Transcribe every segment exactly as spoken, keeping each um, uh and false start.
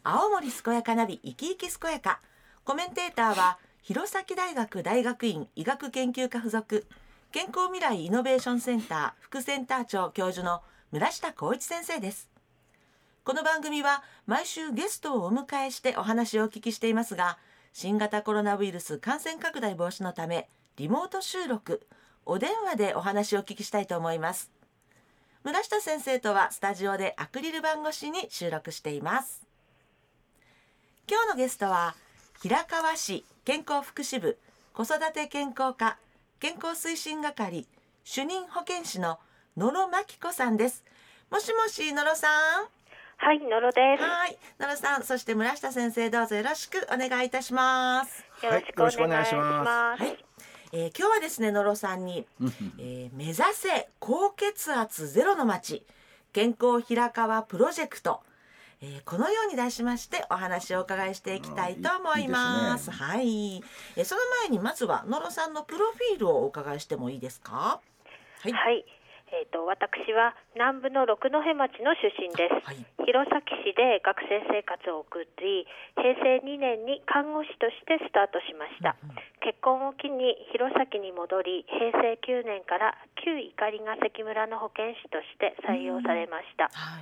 青森健やかナビ生き生き健やか。コメンテーターは弘前大学大学院医学研究科附属健康未来イノベーションセンター副センター長教授の村下孝一先生です。この番組は毎週ゲストをお迎えしてお話をお聞きしていますが、新型コロナウイルス感染拡大防止のためリモート収録、お電話でお話をお聞きしたいと思います。村下先生とはスタジオでアクリル板越しに収録しています。今日のゲストは平川市健康福祉部子育て健康課健康推進係主任保健師の野呂真紀子さんです。もしもし野呂さん。 はい、野呂です。 はい、野呂さん、そして村下先生、どうぞよろしくお願いいたします。 よろしくお願いします。 はい、えー、今日はですね、野呂さんに、えー、目指せ高血圧ゼロの街健康平川プロジェクト、えー、このように題しましてお話をお伺いしていきたいと思います。いいですね。はい、えー、その前にまずは野呂さんのプロフィールをお伺いしてもいいですか。 はい、はい、えー、と私は南部の六戸町の出身です。はい、弘前市で学生生活を送り、へいせいにねんに看護師としてスタートしました。うんうん、結婚を機に弘前に戻り、へいせいきゅうねんから旧碇ヶ関村の保健師として採用されました。はい、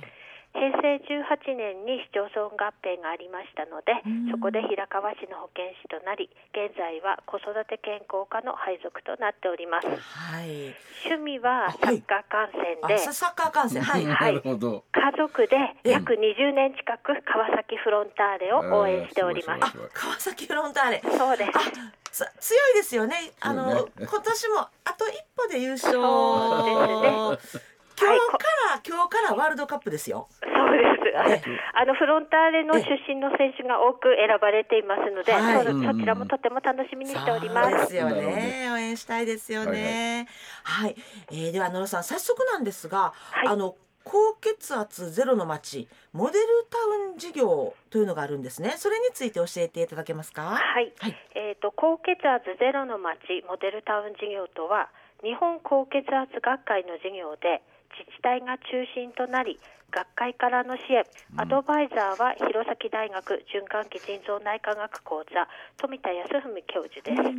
へいせいじゅうはちねんに市町村合併がありましたので、そこで平川市の保健師となり、現在は子育て健康課の配属となっております。はい、趣味はサッカー観戦で、はい、 サッカー観戦、はい、 はい、家族で約にじゅうねん近く川崎フロンターレを応援しております。 あ、川崎フロンターレ、 そうです。 あ、強いですよね。あの、ね、今年もあと一歩で優勝。 そうですね。 今日から、はい、今日からワールドカップですよ。 そうです。あのフロンターレの出身の選手が多く選ばれていますので、はい、そ, そちらもとても楽しみにしております。 そうですよね。応援したいですよね。はい、はい、えー、では野呂さん、早速なんですが、はい、あの高血圧ゼロの街モデルタウン事業というのがあるんですね。それについて教えていただけますか。 はい、はい、えーと、高血圧ゼロの街モデルタウン事業とは、日本高血圧学会の事業で自治体が中心となり、学会からの支援、アドバイザーは弘前大学循環器腎臓内科学講座富田康文教授です。うん、はい、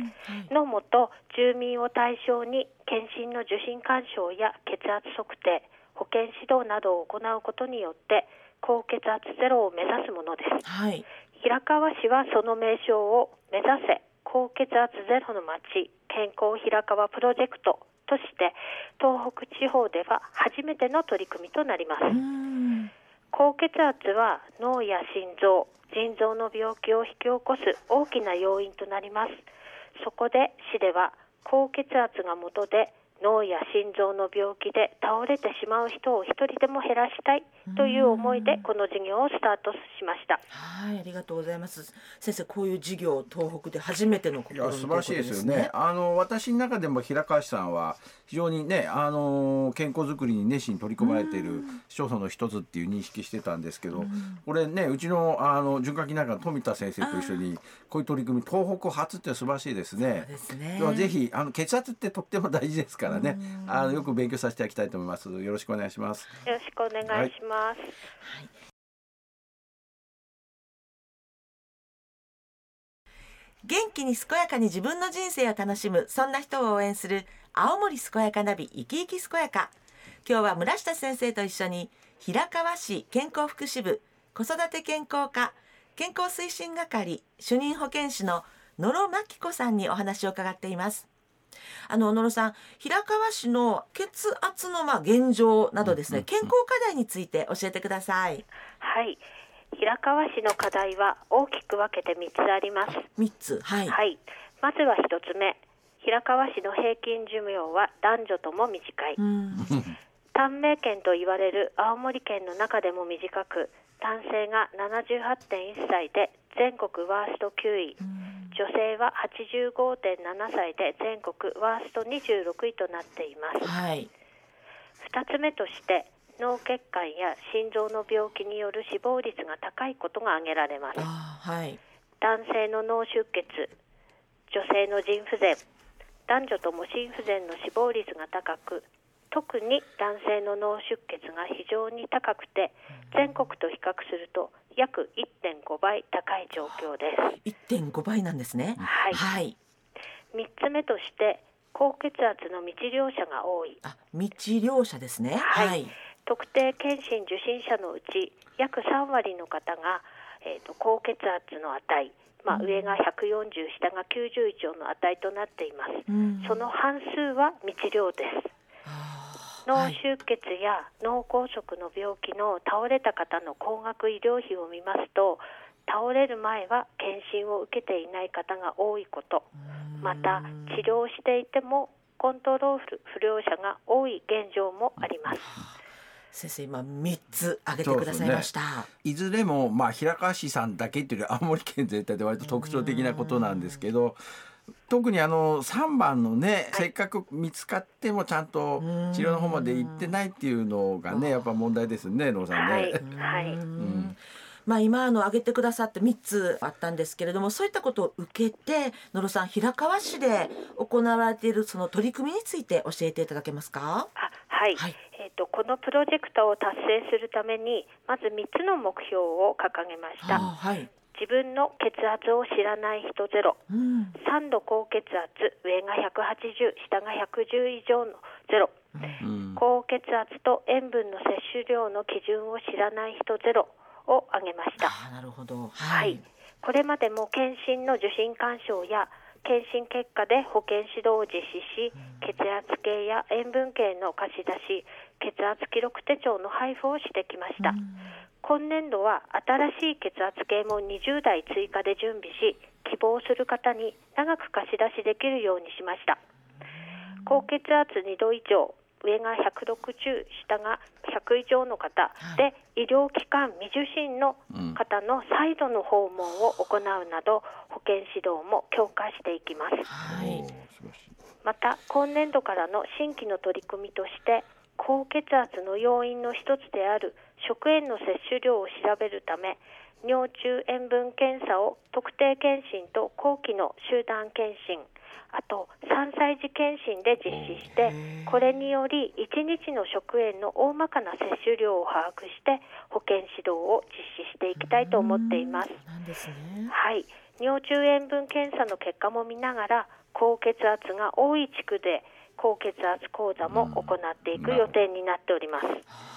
のもと、住民を対象に検診の受診勧奨や血圧測定、保健指導などを行うことによって高血圧ゼロを目指すものです。はい、平川市はその名称を目指せ高血圧ゼロの街健康平川プロジェクトとして東北地方では初めての取り組みとなります。高血圧は脳や心臓、腎臓の病気を引き起こす大きな要因となります。そこで市では高血圧が元で脳や心臓の病気で倒れてしまう人を一人でも減らしたいという思いでこの事業をスタートしました。 はい、ありがとうございます。先生、こういう事業東北で初めての試みということですね。 いや、素晴らしいですよね。あの私の中でも平川市さんは非常にね、あの健康づくりに熱心に取り組まれている市町村の一つっていう認識してたんですけど、これね、うちのあの循環器内科の富田先生と一緒にこういう取り組み東北初って素晴らしいですね。そうですね。ではぜひあの血圧ってとっても大事ですからね、あのよく勉強させていただきたいと思います。よろしくお願いします。 よろしくお願いします。はい、はい、 元気に健やかに自分の人生を楽しむ、そんな人を応援する青森健やかナビ生き生き健やか。今日は村下先生と一緒に平川市健康福祉部子育て健康課健康推進係主任保健師の野呂真紀子さんにお話を伺っています。あの野呂さん、平川市の血圧のまあ現状などですね、健康課題について教えてください。 はい、平川市の課題は大きく分けてみっつあります。 みっつ、はい、 はい、まずはひとつめ、平川市の平均寿命は男女とも短い。短命県と言われる青森県の中でも短く、男性が ななじゅうはちてんいっさいで全国ワーストきゅうい、女性は はちじゅうごてんななさいで全国ワーストにじゅうろくいとなっています。はい、ふたつめとして、脳血管や心臓の病気による死亡率が高いことが挙げられます。あ、はい、男性の脳出血、女性の腎不全、男女とも心不全の死亡率が高く、特に男性の脳出血が非常に高くて、全国と比較すると約 いってんごばい高い状況です。 いってんごばいなんですね。 はい、 はい、 みっつめとして高血圧の未治療者が多い。 あ、未治療者ですね。 はい、 はい、 特定健診受診者のうち約さんわりの方が、えー、と高血圧の値、まあ、上がひゃくよんじゅう、下がきゅうじゅう以上の値となっています。 うん、 その半数は未治療です。脳出血や脳梗塞の病気の倒れた方の高額医療費を見ますと、倒れる前は検診を受けていない方が多いこと、また治療していてもコントロール不良者が多い現状もあります。 先生、今みっつ挙げてくださいました。ね、 いずれも、まあ、平川市さんだけというより青森県全体で割と特徴的なことなんですけど、特にあのさんばんのね、はい、せっかく見つかってもちゃんと治療の方まで行ってないっていうのがね、やっぱ問題ですね、野さんね。 はい、はい、うん、 まあ、今あの挙げてくださってみっつあったんですけれども、そういったことを受けて野呂さん、平川市で行われているその取り組みについて教えていただけますか？ あ、はい、はい、えーと、このプロジェクトを達成するためにまずみっつの目標を掲げました。あ、はい、自分の血圧を知らない人ゼロ、うん、さんど高血圧、上がひゃくはちじゅう、下がひゃくじゅう以上のゼロ、うん、高血圧と塩分の摂取量の基準を知らない人ゼロを挙げました。 あ、なるほど。 はい、はい、これまでも検診の受診勧奨や検診結果で保健指導を実施し、うん、血圧計や塩分計の貸し出し、血圧記録手帳の配布をしてきました。うん、今年度は新しい血圧計もにじゅうだい追加で準備し、希望する方に長く貸し出しできるようにしました。高血圧にど以上、上がひゃくろくじゅう、下がひゃく以上の方で、医療機関未受診の方の再度の訪問を行うなど、保健指導も強化していきます。はい、また今年度からの新規の取り組みとして、高血圧の要因の一つである食塩の摂取量を調べるため、尿中塩分検査を特定健診と後期の集団検診、あとさんさい児検診で実施して、これによりいちにちの食塩の大まかな摂取量を把握して保健指導を実施していきたいと思っています。 なんですね。 はい、尿中塩分検査の結果も見ながら、高血圧が多い地区で高血圧講座も行っていく予定になっております。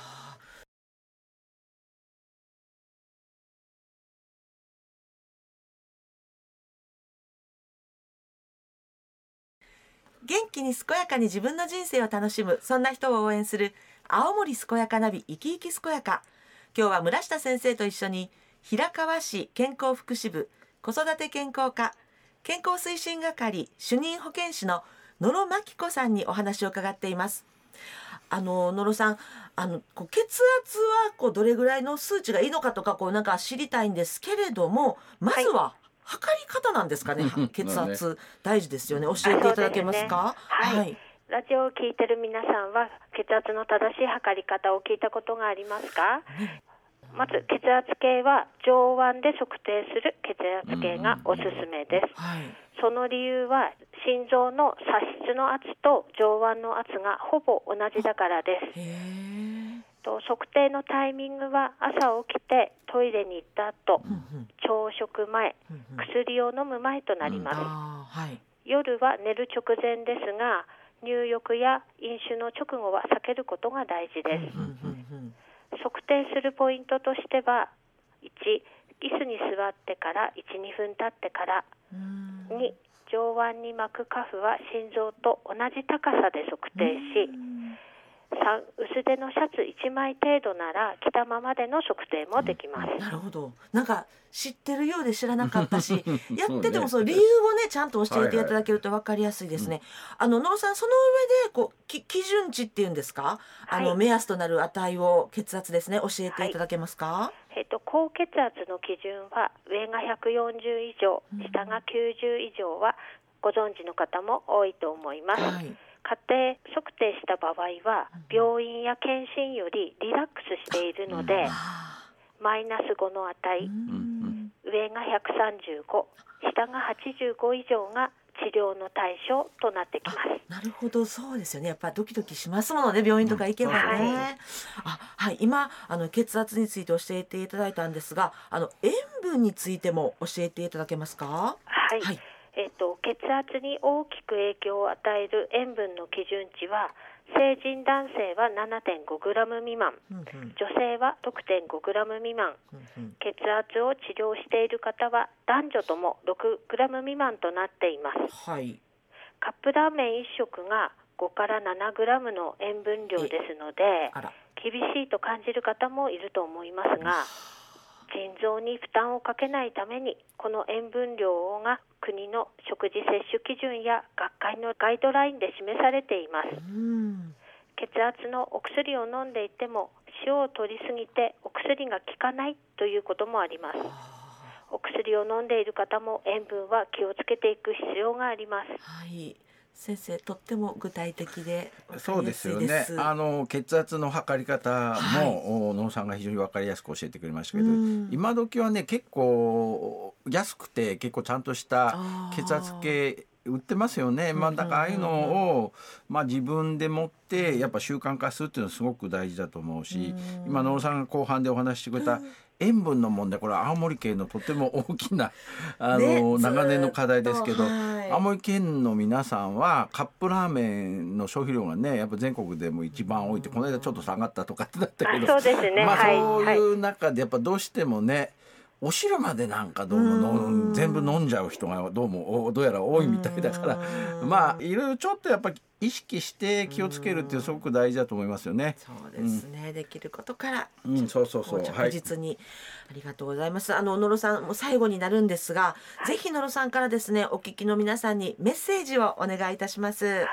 元気に健やかに自分の人生を楽しむ、そんな人を応援する青森健やかナビ、生き生き健やか。今日は村下先生と一緒に平川市健康福祉部子育て健康課健康推進係主任保健師の野呂真紀子さんにお話を伺っています。あの野呂さん、あのこう血圧はこうどれぐらいの数値がいいのかとか、こうなんか知りたいんですけれども、まずは、はい、測り方なんですかね。血圧大事ですよね。教えていただけますか？ はい、はい、ラジオを聞いてる皆さんは血圧の正しい測り方を聞いたことがありますか？ね、まず血圧計は上腕で測定する血圧計がおすすめです。うん、はい、その理由は心臓の左室の圧と上腕の圧がほぼ同じだからです。へー。と測定のタイミングは朝起きてトイレに行った後、うんうん、朝食前、うんうん、薬を飲む前となります。うん、あ、はい、夜は寝る直前ですが、入浴や飲酒の直後は避けることが大事です。うんうんうん、測定するポイントとしては、いち、椅子に座ってからいち、にふん経ってから、に、上腕に巻くカフは心臓と同じ高さで測定し、さん、薄手のシャツいちまい程度なら着たままでの測定もできます。 うん、なるほど。なんか知ってるようで知らなかったしやっててもその理由をねちゃんと教えていただけると分かりやすいですね。はいはい、あの野呂さん、その上でこうき基準値っていうんですか、あの、はい、目安となる値を血圧ですね、教えていただけますか？はい、 えっと、高血圧の基準は上がひゃくよんじゅう以上、下がきゅうじゅう以上はご存知の方も多いと思います。はい、家庭測定した場合は病院や検診よりリラックスしているので、マイナスごの値、上がひゃくさんじゅうご、下がはちじゅうご以上が治療の対象となってきます。 なるほど、そうですよね。やっぱドキドキしますものね、病院とか行けばね。 うん、そうそうそうあ、はい、今あの血圧について教えていただいたんですが、あの塩分についても教えていただけますか？ はい、はい、えーと、血圧に大きく影響を与える塩分の基準値は、成人男性は ななてんごグラム 未満、うんうん、女性は ろくてんごグラム 未満、うんうん、血圧を治療している方は男女とも ろくグラム 未満となっています。はい、カップラーメンいっ食がごからななグラムの塩分量ですので、厳しいと感じる方もいると思いますが、腎臓に負担をかけないために、この塩分量が国の食事摂取基準や学会のガイドラインで示されています。うん、血圧のお薬を飲んでいても、塩を摂りすぎてお薬が効かないということもあります。お薬を飲んでいる方も塩分は気をつけていく必要があります。 はい、先生、とっても具体的で分かりやすいです。 そうですよね。あの血圧の測り方も、はい、野呂さんが非常に分かりやすく教えてくれましたけど、今時はね、結構安くて結構ちゃんとした血圧計売ってますよね。まあ、だからああいうのを、まあ、自分で持ってやっぱ習慣化するっていうのはすごく大事だと思うし、今野呂さんが後半でお話ししてくれた塩分の問題、これは青森県のとても大きなあの、ね、長年の課題ですけど、はい、青森県の皆さんはカップラーメンの消費量がね、やっぱ全国でも一番多いって、この間ちょっと下がったとかってだったけど、 そうですね、 まあ、そういう中でやっぱどうしてもね、お汁までなんかどうも全部飲んじゃう人がどうもどうやら多いみたいだから、まあいろいろちょっとやっぱり意識して気をつけるっていうすごく大事だと思いますよね。 そうですね、うん、できることから、 うん、そうそうそう、 着実に、はい、ありがとうございます。あの野呂さん、もう最後になるんですが、はい、ぜひ野呂さんからですね、お聞きの皆さんにメッセージをお願いいたします。 はい、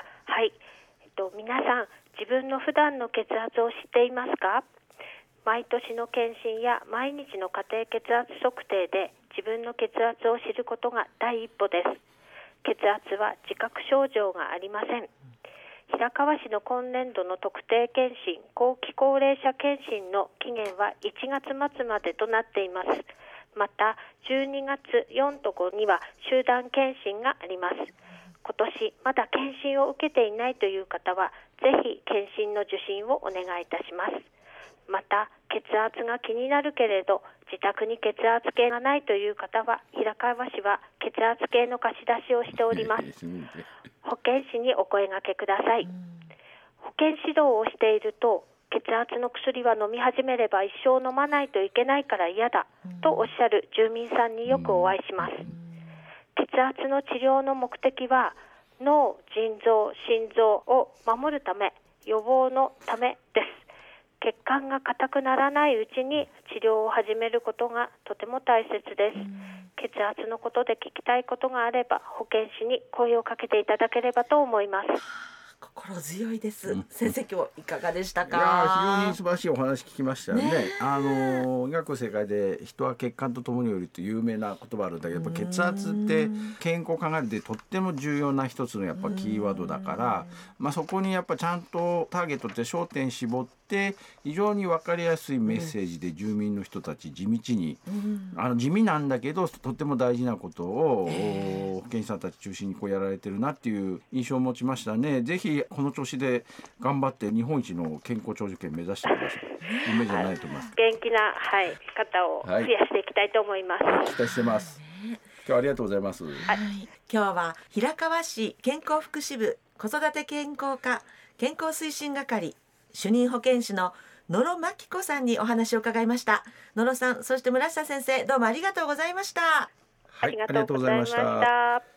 えっと、皆さん、自分の普段の血圧を知っていますか？毎年の検診や毎日の家庭血圧測定で自分の血圧を知ることが第一歩です。血圧は自覚症状がありません。平川市の今年度の特定健診、後期高齢者健診の期限はいちがつ末までとなっています。またじゅうにがつよんとごには集団健診があります。今年まだ検診を受けていないという方は、ぜひ検診の受診をお願いいたします。また血圧が気になるけれど自宅に血圧計がないという方は、平川市は血圧計の貸し出しをしております。保健師にお声掛けください。保健指導をしていると、血圧の薬は飲み始めれば一生飲まないといけないから嫌だとおっしゃる住民さんによくお会いします。血圧の治療の目的は脳、腎臓、心臓を守るため、予防のためです。血管が硬くならないうちに治療を始めることがとても大切です。血圧のことで聞きたいことがあれば、保健師に声をかけていただければと思います。 心強いです、うん、先生、今日いかがでしたか？ いや、非常に素晴らしいお話聞きましたよ ね, ねあの医学の世界で人は血管とともによるという有名な言葉あるんだけど、やっぱ血圧って健康を考えるでとっても重要な一つのやっぱキーワードだから、まあ、そこにやっぱちゃんとターゲットって焦点絞って非常に分かりやすいメッセージで住民の人たち地道に、あの地味なんだけどとっても大事なことを保健師さんたち中心にこうやられてるなっていう印象を持ちましたね。ぜひこの調子で頑張って日本一の健康長寿県目指してください。夢じゃないと思います。 元気な、はい、方を増やしていきたいと思います。 はい、期待してます。今日はありがとうございます。はい、 今日は平川市健康福祉部子育て健康課健康推進係主任保健師の野呂真紀子さんにお話を伺いました。野呂さん、そして村下先生、どうもありがとうございました。 はい、ありがとうございました。